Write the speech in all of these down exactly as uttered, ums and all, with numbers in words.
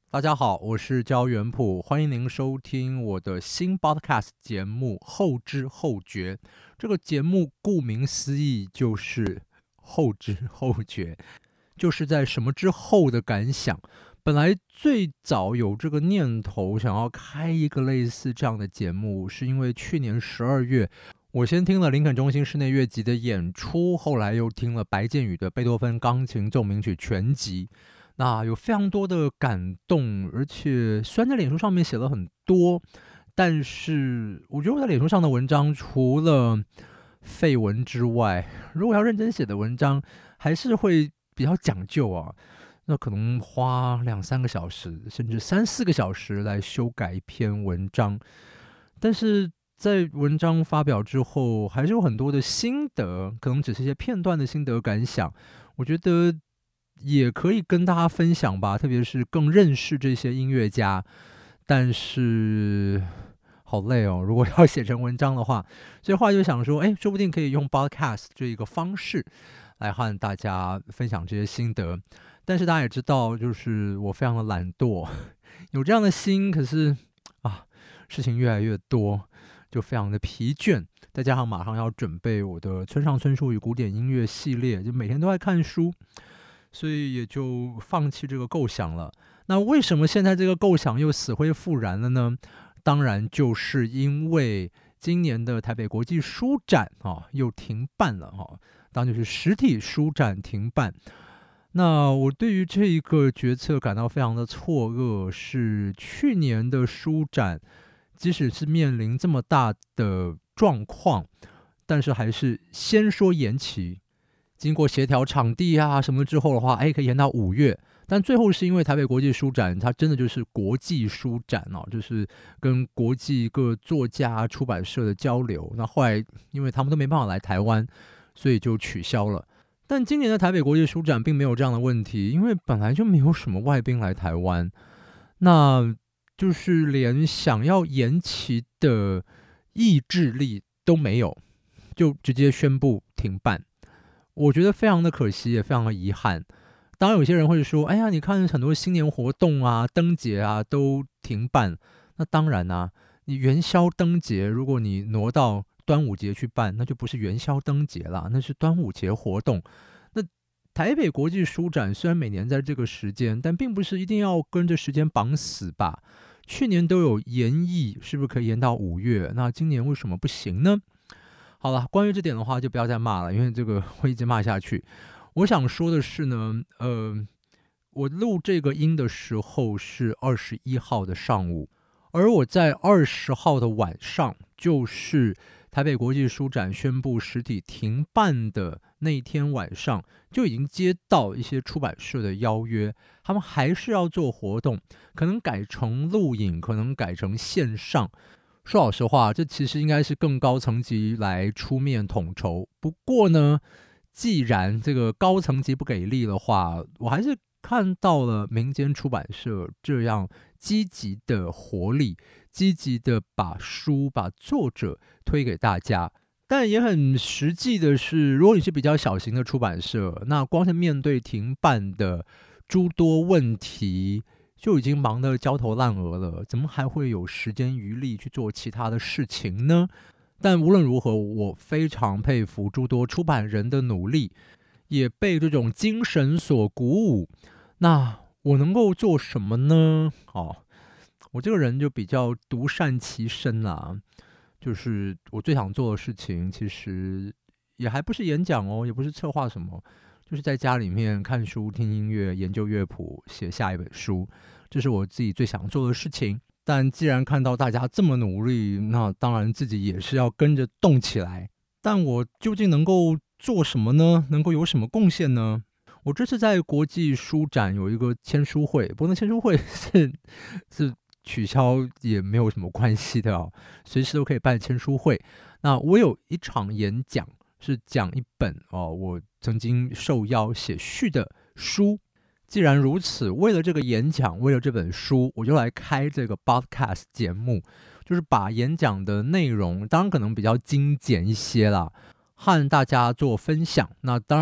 大家好，我是焦元溥，欢迎您收听我的新 podcast 节目《后知后觉》。这个节目顾名思义就是后知后觉，就是在什么之后的感想。本来最早有这个念头想要开一个类似这样的节目，是因为去年十二月，我先听了林肯中心室内乐集的演出，后来又听了白建宇的贝多芬钢琴奏鸣曲全集。那有非常多的感动，而且虽然在脸书上面写了很多，但是我觉得我在脸书上的文章除了废文之外，如果要认真写的文章，还是会比较讲究啊。那可能花两三个小时，甚至三四个小时来修改一篇文章，但是在文章发表之后，还是有很多的心得，可能只是一些片段的心得感想。我觉得也可以跟大家分享吧，特别是更认识这些音乐家。但是好累哦，如果要写成文章的话，所以后来就想说，哎，说不定可以用 podcast 这一个方式来和大家分享这些心得。但是大家也知道，就是我非常的懒惰，有这样的心，可是啊，事情越来越多，就非常的疲倦。再加上马上要准备我的村上春树与古典音乐系列，就每天都在看书，所以也就放弃这个构想了。那为什么现在这个构想又死灰复燃了呢？当然就是因为今年的台北国际书展啊又停办了哈，当然就是实体书展停办。那我对于这一个决策感到非常的错愕，是去年的书展，即使是面临这么大的状况，但是还是先说延期，经过协调场地啊什么之后的话，哎，可以延到五月。但最后是因为台北国际书展，它真的就是国际书展哦，就是跟国际各作家、出版社的交流。那后来因为他们都没办法来台湾，所以就取消了。但今年的台北国际书展并没有这样的问题，因为本来就没有什么外宾来台湾，那就是连想要延期的意志力都没有，就直接宣布停办。我觉得非常的可惜，也非常的遗憾。当然，有些人会说：“哎呀，你看很多新年活动啊、灯节啊都停办。”那当然啊，你元宵灯节，如果你挪到端午节去办，那就不是元宵灯节啦，那是端午节活动。那台北国际书展虽然每年在这个时间，但并不是一定要跟着时间绑死吧？去年都有延议，是不是可以延到五月？那今年为什么不行呢？好了，关于这点的话，就不要再骂了，因为这个会一直骂下去。我想说的是呢，呃，我录这个音的时候是二十一号的上午，而我在二十号的晚上，就是台北国际书展宣布实体停办的那一天晚上，就已经接到一些出版社的邀约，他们还是要做活动，可能改成录影，可能改成线上。说老实话，这其实应该是更高层级来出面统筹。不过呢，既然这个高层级不给力的话，我还是看到了民间出版社这样积极的活力，积极的把书、把作者推给大家。但也很实际的是，如果你是比较小型的出版社，那光是面对停办的诸多问题，就已经忙得焦头烂额了，怎么还会有时间余力去做其他的事情呢？但无论如何，我非常佩服诸多出版人的努力，也被这种精神所鼓舞。那我能够做什么呢？哦，我这个人就比较独善其身啦，就是我最想做的事情，其实也还不是演讲哦，也不是策划什么，就是在家里面看书、听音乐、研究乐谱、写下一本书，这是我自己最想做的事情。但既然看到大家这么努力，那当然自己也是要跟着动起来。但我究竟能够做什么呢？能够有什么贡献呢？我这次在国际书展有一个签书会，不过那签书会是是取消也没有什么关系的哦，随时都可以办签书会。那我有一场演讲是讲一本哦，我曾经受邀写序的书。既然如此，为了这个演讲，为了这本书，我就来开这个 podcast 节目，就是把演讲的内容，当然可能比较精简一些啦，和大家做分享。那当然，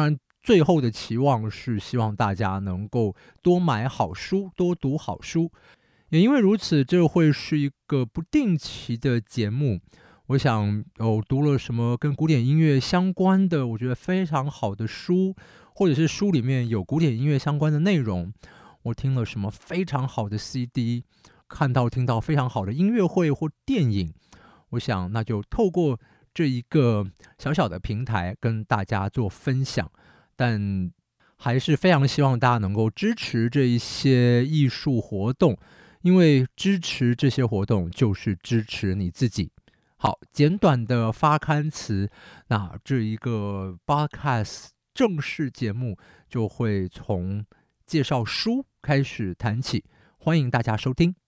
最后的期望是希望大家能够多买好书，多读好书。也因为如此，这会是一个不定期的节目。我想，哦，读了什么跟古典音乐相关的，我觉得非常好的书，或者是书里面有古典音乐相关的内容。我听了什么非常好的 C D， 看到听到非常好的音乐会或电影。我想，那就透过这一个小小的平台跟大家做分享，但还是非常希望大家能够支持这一些艺术活动，因为支持这些活动就是支持你自己。好，简短的发刊词，那这一个 podcast 正式节目就会从介绍书开始谈起，欢迎大家收听。